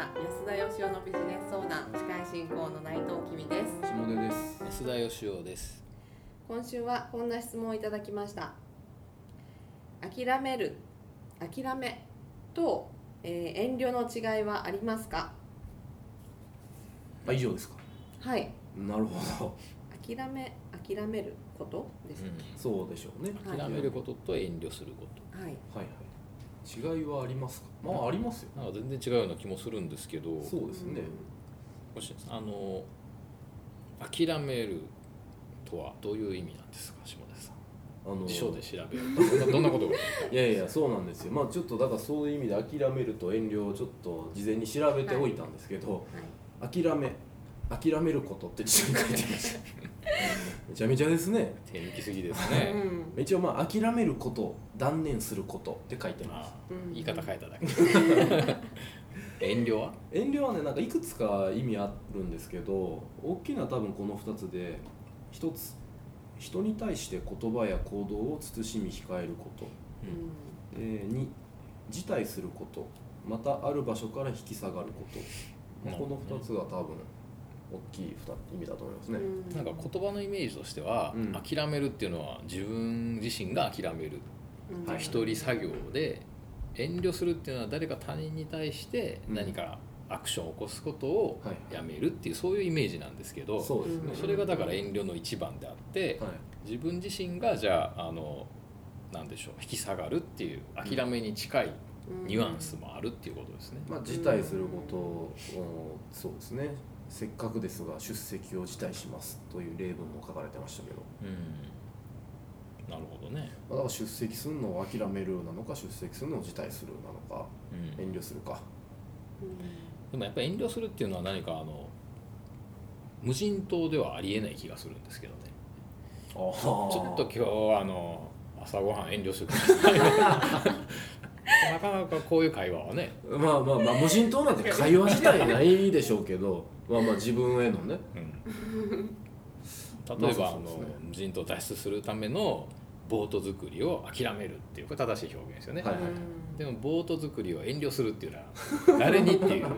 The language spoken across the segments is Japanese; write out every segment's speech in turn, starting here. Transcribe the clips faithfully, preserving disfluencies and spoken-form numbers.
安田義雄のビジネス相談、司会進行の内藤きみです。 下出です。 安田義雄です。 今週はこんな質問をいただきました。諦める、諦めと、えー、遠慮の違いはありますか？ あ、以上ですか。 はい。 なるほど。 諦め、諦めることですね、 うん、そうでしょうね。 諦めることと遠慮すること。 はい。 はいはい。違いはありますか？まあありますよ。 なんか全然違うような気もするんですけど。 そうですね。 もしあの諦めるとはどういう意味なんですか、下出さん。あの辞書で調べるとどんなことがいやいやそうなんですよ。まあちょっとだからそういう意味で諦めると遠慮をちょっと事前に調べておいたんですけど、はいはい、諦め諦めることって辞書に書いてましためちゃめちゃですね。 手抜きすぎですね一応まあ諦めること、断念することって書いてます。 言い方変えただけ遠慮は遠慮はね、なんかいくつか意味あるんですけど、大きな多分このふたつで、ひとつ人に対して言葉や行動を慎み控えること、うん、でに辞退すること、またある場所から引き下がること、まあ、このふたつが多分大きい意味だと思いますね。 なんか言葉のイメージとしては、うん、諦めるっていうのは自分自身が諦める、うん、一人作業で、遠慮するっていうのは誰か他人に対して何かアクションを起こすことをやめるっていう、そういうイメージなんですけど、 そうですね、 それがだから遠慮の一番であって、はい、自分自身がじゃあ、あのなんでしょう、引き下がるっていう諦めに近いニュアンスもあるっていうことですね。 まあ、辞退することを、そうですね、せっかくですが出席を辞退しますという例文も書かれてましたけど、 うん、なるほどね。 だから出席するのを諦めるなのか、出席するのを辞退するなのか、うん、遠慮するか、 うん、でもやっぱり遠慮するっていうのは何かあの無人島ではありえない気がするんですけどね。あちょっと今日あの朝ごはん遠慮するなかなかこういう会話はね、 まあまあまあ無人島なんて会話自体ないでしょうけどまあまあ自分へのね、うん、 例えば、あの無人島を脱出するためのボート作りを諦めるっていう、これ正しい表現ですよね、はいはいはい、でもボート作りを遠慮するっていうのは誰にっていうめっ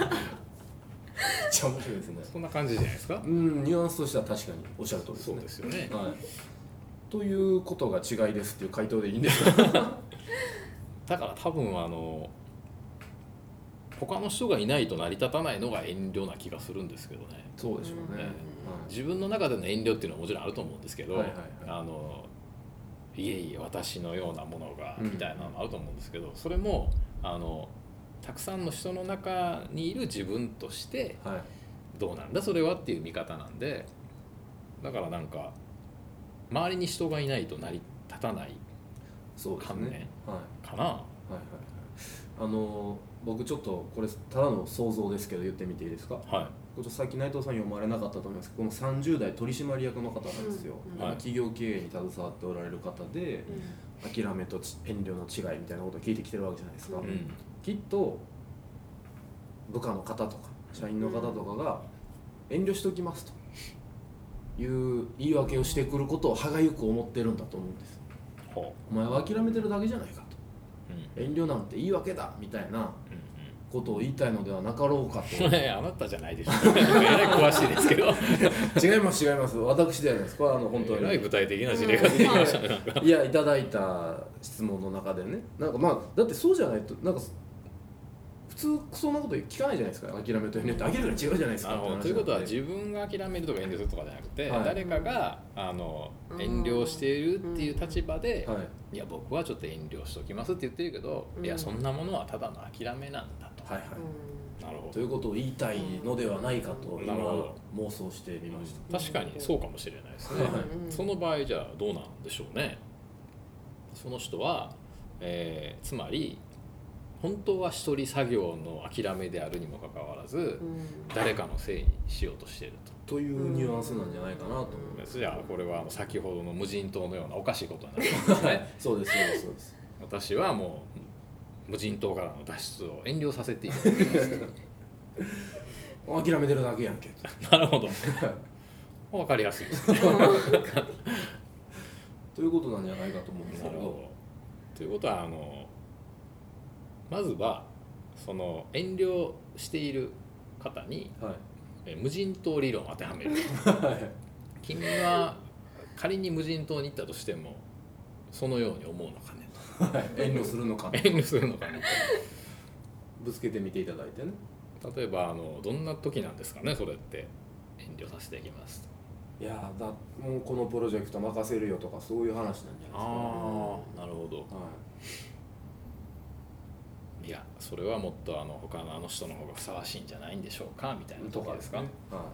ちゃ面白いですね。 そんな感じじゃないですか。 うん、ニュアンスとしては確かにおっしゃる通りですね。 そうですよね、 はい、ということが違いですっていう回答でいいんですかだから多分あの他の人がいないと成り立たないのが遠慮な気がするんですけどね。 そうでしょうね、 うん、自分の中での遠慮っていうのはもちろんあると思うんですけど、はいはいはい、あのいえいえ私のようなものがみたいなのもあると思うんですけど、それもあのたくさんの人の中にいる自分としてどうなんだそれはっていう見方なんで、だからなんか周りに人がいないと成り立たない観念かな。はいはいはい、 あの僕ちょっとこれただの想像ですけど言ってみていいですか。はい、さっき内藤さん読まれなかったと思いますけど、このさんじゅう代取締役の方なんですよ、うんうん、企業経営に携わっておられる方で、うん、諦めと遠慮の違いみたいなことを聞いてきてるわけじゃないですか、うん、きっと部下の方とか社員の方とかが遠慮しときますという言い訳をしてくることを歯がゆく思ってるんだと思うんです、うん、お前は諦めてるだけじゃないかと、うん、遠慮なんて言い訳だみたいなことを言いたいのではなかろうかとあなたじゃないでしょうえらい詳しいですけど違います違います私ではないです。これはあの本当にえらい具体的な事例が出てきましたね。 いやいただいた質問の中でね、なんかまあだってそうじゃないとなんか普通そんなこと聞かないじゃないですか。諦めと遠慮って明らかに違うじゃないですか。 ということは自分が諦めるとか遠慮するとかじゃなくて、はい、誰かがあの遠慮しているっていう立場で、はい、いや僕はちょっと遠慮しときますって言ってるけど、うん、いやそんなものはただの諦めなんだと、はいはい、なるほどということを言いたいのではないかと今妄想してみました。 確かにそうかもしれないですね、はい、その場合じゃあどうなんでしょうね。その人は、えー、つまり本当は一人作業の諦めであるにもかかわらず、うん、誰かのせいにしようとしているとというニュアンスなんじゃないかなと思います。 じゃあこれは先ほどの無人島のようなおかしいことになるんですねそうですそうですそうです。 私はもう無人島からの脱出を遠慮させていただきます諦めてるだけやんけなるほど分かりやすいですねということなんじゃないかと思うんですけど。 ということはあのまずはその遠慮している方に、はい、え無人島理論を当てはめる、はい、君は仮に無人島に行ったとしてもそのように思うのかねと、はい、遠慮するのかね遠慮するのかねとぶつけてみていただいてね。 例えばあのどんな時なんですかねそれって。遠慮させていきますと。いやだもうこのプロジェクト任せるよとかそういう話なんじゃないですか、ね、 ああなるほど、はい、いやそれはもっとあの他のあの人の方がふさわしいんじゃないんでしょうかみたいなとかですか、ね、 はい、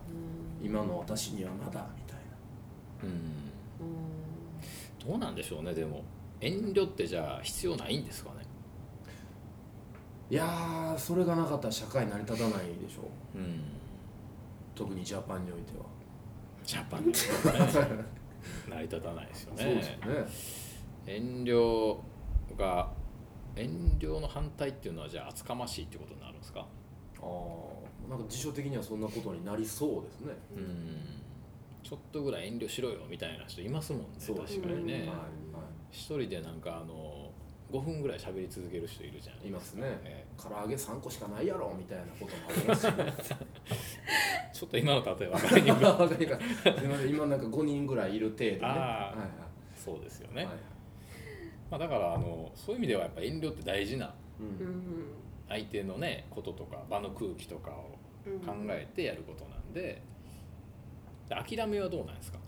今の私にはまだみたいな。 うんどうなんでしょうね。でも遠慮ってじゃあ必要ないんですかね。 いやーそれがなかったら社会成り立たないでしょう、うん、特にジャパンにおいては。 ジャパンにおいては、ね、成り立たないですよね。そうですよね。遠慮が遠慮の反対っていうのはじゃあ厚かましいってことになるんですか。 ああなんか辞書的にはそんなことになりそうですね。 うんちょっとぐらい遠慮しろよみたいな人いますもんね。確かにね、はいはい、一人でなんかあのごふんぐらい喋り続ける人いるじゃん。 いますね、えー、唐揚げさんこしかないやろみたいなこともありますしねちょっと今の例えば分かりにくい分かりにくいすみません今なんかごにんぐらいいる程度ね。あ、はいはい、 そうですよね、はいはい。まあ、だからあのそういう意味ではやっぱ遠慮って大事な、うん、相手のねこととか場の空気とかを考えてやることなんで、諦めはどうなんですか。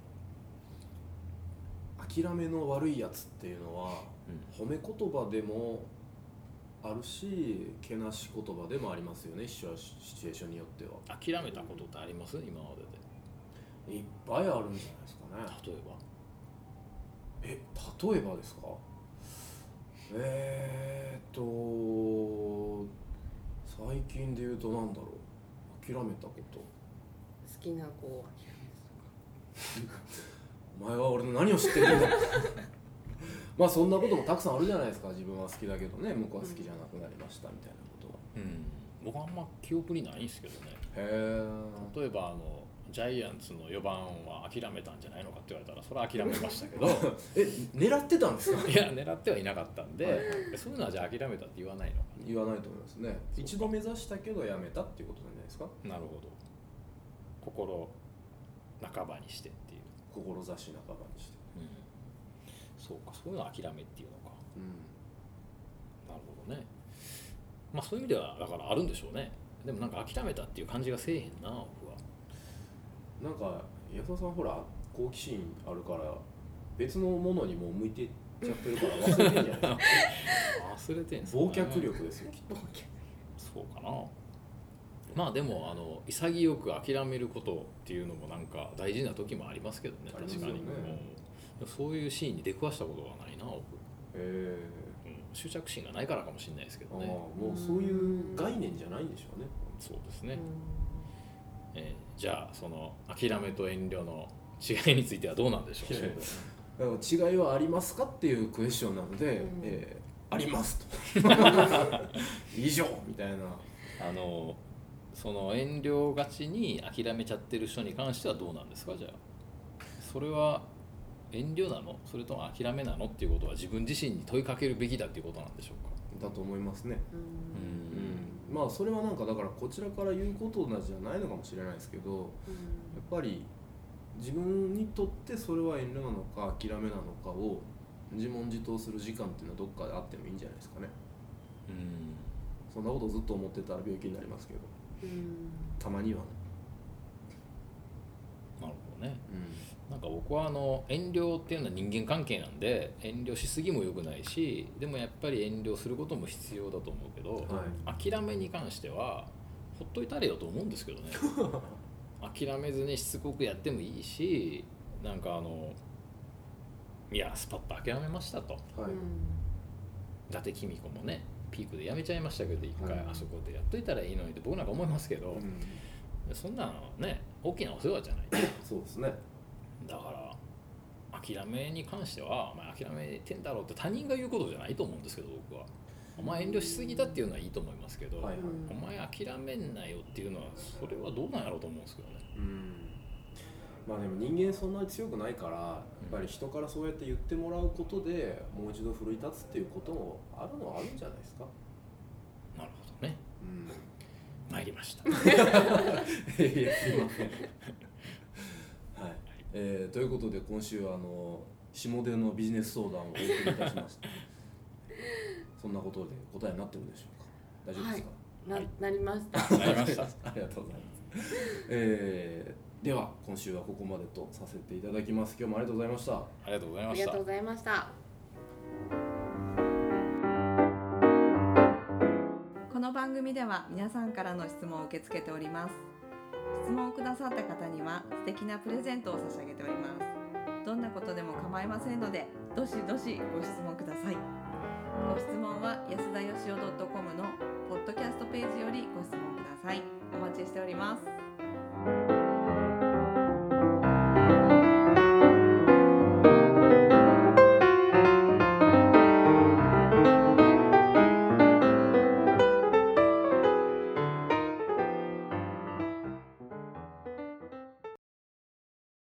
諦めの悪いやつっていうのは、うん、褒め言葉でもあるしけなし言葉でもありますよね。シチュエーションによっては。 諦めたことってあります？今まででいっぱいあるんじゃないですかね。 例えばえ例えばですか。えーっと最近で言うとなんだろう。諦めたこと。 好きな子を諦めたお前は俺の何を知ってるんだまあそんなこともたくさんあるじゃないですか。自分は好きだけどね向こうは好きじゃなくなりましたみたいなことは、 うん、僕はあんま記憶にないんですけどね。 へー例えばあのジャイアンツのよばんは諦めたんじゃないのかって言われたらそれは諦めましたけどえ狙ってたんですか。 いや狙ってはいなかったんで、はい、そういうのはじゃあ諦めたって言わないのかな。 言わないと思いますね。一度目指したけどやめたっていうことなんじゃないですか。 なるほど。心半ばにしてっていう。 志半ばにして、 うん、そうかそういうのは諦めっていうのか、うん、なるほどね。まあそういう意味ではだからあるんでしょうね。でもなんか諦めたっていう感じがせえへんな僕は。 なんか安田さんほら好奇心あるから別のものにもう向いてっちゃってるから忘れてんじゃないですか忘れてんすかね。 忘却力ですよきっと。 そうかな。まあでもあの潔く諦めることっていうのもなんか大事な時もありますけどね。確かに、ね、うん、そういうシーンに出くわしたことがないな僕。へー、うん、執着心がないからかもしれないですけどね。 あもうそういう概念じゃないんでしょうね。 そうですね、えー、じゃあその諦めと遠慮の違いについてはどうなんでしょう。 だから違いはありますかっていうクエスチョンなので、うん、えー、ありますと以上みたいな。 あのその遠慮がちに諦めちゃってる人に関してはどうなんですか。じゃあそれは遠慮なのそれとも諦めなのっていうことは自分自身に問いかけるべきだっていうことなんでしょうか。だと思いますね。うん、うん、まあそれはなんかだからこちらから言うことなんじゃないのかもしれないですけど、うん、やっぱり自分にとってそれは遠慮なのか諦めなのかを自問自答する時間っていうのはどっかであってもいいんじゃないですかね。うん、そんなことずっと思ってたら病気になりますけど、うん、たまにはね。 なるほどね、うん、なんか僕はあの遠慮っていうのは人間関係なんで遠慮しすぎも良くないしでもやっぱり遠慮することも必要だと思うけど、はい、諦めに関してはほっといたれよと思うんですけどね諦めずにしつこくやってもいいしなんかあのいやスパッと諦めましたと、はい、伊達公子もねピークでやめちゃいましたけど一回、はい、あそこでやっといたらいいのにって僕なんか思いますけど、うん、そんなのね大きなお世話じゃないそうですね。 だから諦めに関してはお前諦めてんだろうって他人が言うことじゃないと思うんですけど僕はお前遠慮しすぎだっていうのはいいと思いますけど、はいはい、お前諦めんなよっていうのはそれはどうなんやろうと思うんですけどね。うんまあでも人間そんなに強くないからやっぱり人からそうやって言ってもらうことでもう一度奮い立つっていうこともあるのはあるんじゃないですか。 なるほど参りました。 いやすいません。はい、えー、ということで今週はあの下出のビジネス相談をお送りいたしました。そんなことで答えになってるでしょうか。大丈夫ですか。 はい、な, なりました。 なりました。 ありがとうございます。えー、では今週はここまでとさせていただきます。今日もありがとうございました。ありがとうございました。 ありがとうございました。 この番組では皆さんからの質問を受け付けております。質問をくださった方には素敵なプレゼントを差し上げております。どんなことでも構いませんので、どしどしご質問ください。ご質問は安田よしお .com のポッドキャストページよりご質問ください。お待ちしております。